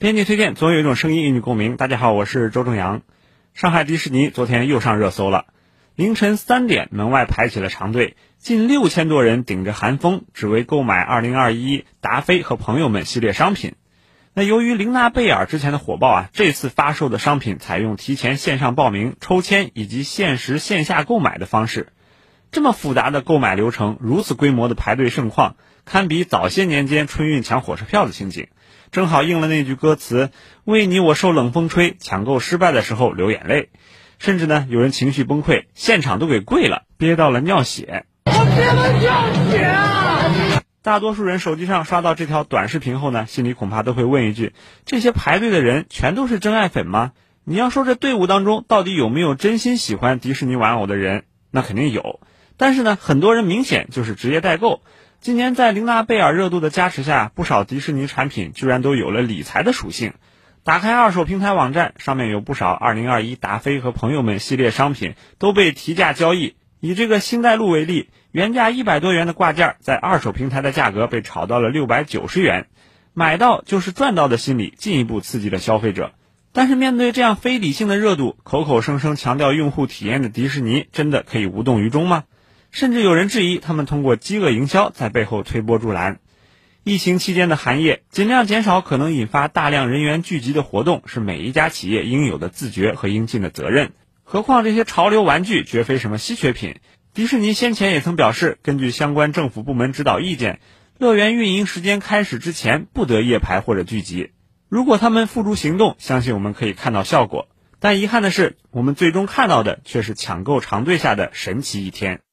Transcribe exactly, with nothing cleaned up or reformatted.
编辑推荐，总有一种声音与你共鸣。大家好，我是周正阳。上海迪士尼昨天又上热搜了，凌晨三点，门外排起了长队，近六千多人顶着寒风，只为购买二零二一达菲和朋友们系列商品。那由于玲娜贝尔之前的火爆啊，这次发售的商品采用提前线上报名、抽签以及限时线下购买的方式。这么复杂的购买流程，如此规模的排队盛况，堪比早些年间春运抢火车票的情景，正好应了那句歌词，为你我受冷风吹，抢购失败的时候流眼泪。甚至呢，有人情绪崩溃，现场都给跪了，憋到了尿血。 我憋了尿血啊！ 大多数人手机上刷到这条短视频后呢，心里恐怕都会问一句，这些排队的人全都是真爱粉吗？你要说这队伍当中到底有没有真心喜欢迪士尼玩偶的人，那肯定有。但是呢，很多人明显就是职业代购。今年在玲娜贝尔热度的加持下，不少迪士尼产品居然都有了理财的属性。打开二手平台网站，上面有不少二零二一达菲和朋友们系列商品都被提价交易。以这个星黛露为例，原价一百多元的挂件，在二手平台的价格被炒到了六百九十元，买到就是赚到的心理进一步刺激了消费者。但是面对这样非理性的热度，口口声声强调用户体验的迪士尼真的可以无动于衷吗？甚至有人质疑他们通过饥饿营销在背后推波助澜。疫情期间的寒夜，尽量减少可能引发大量人员聚集的活动，是每一家企业应有的自觉和应尽的责任。何况这些潮流玩具绝非什么稀缺品。迪士尼先前也曾表示，根据相关政府部门指导意见，乐园运营时间开始之前不得夜排或者聚集。如果他们付诸行动，相信我们可以看到效果。但遗憾的是，我们最终看到的却是抢购长队下的神奇一天。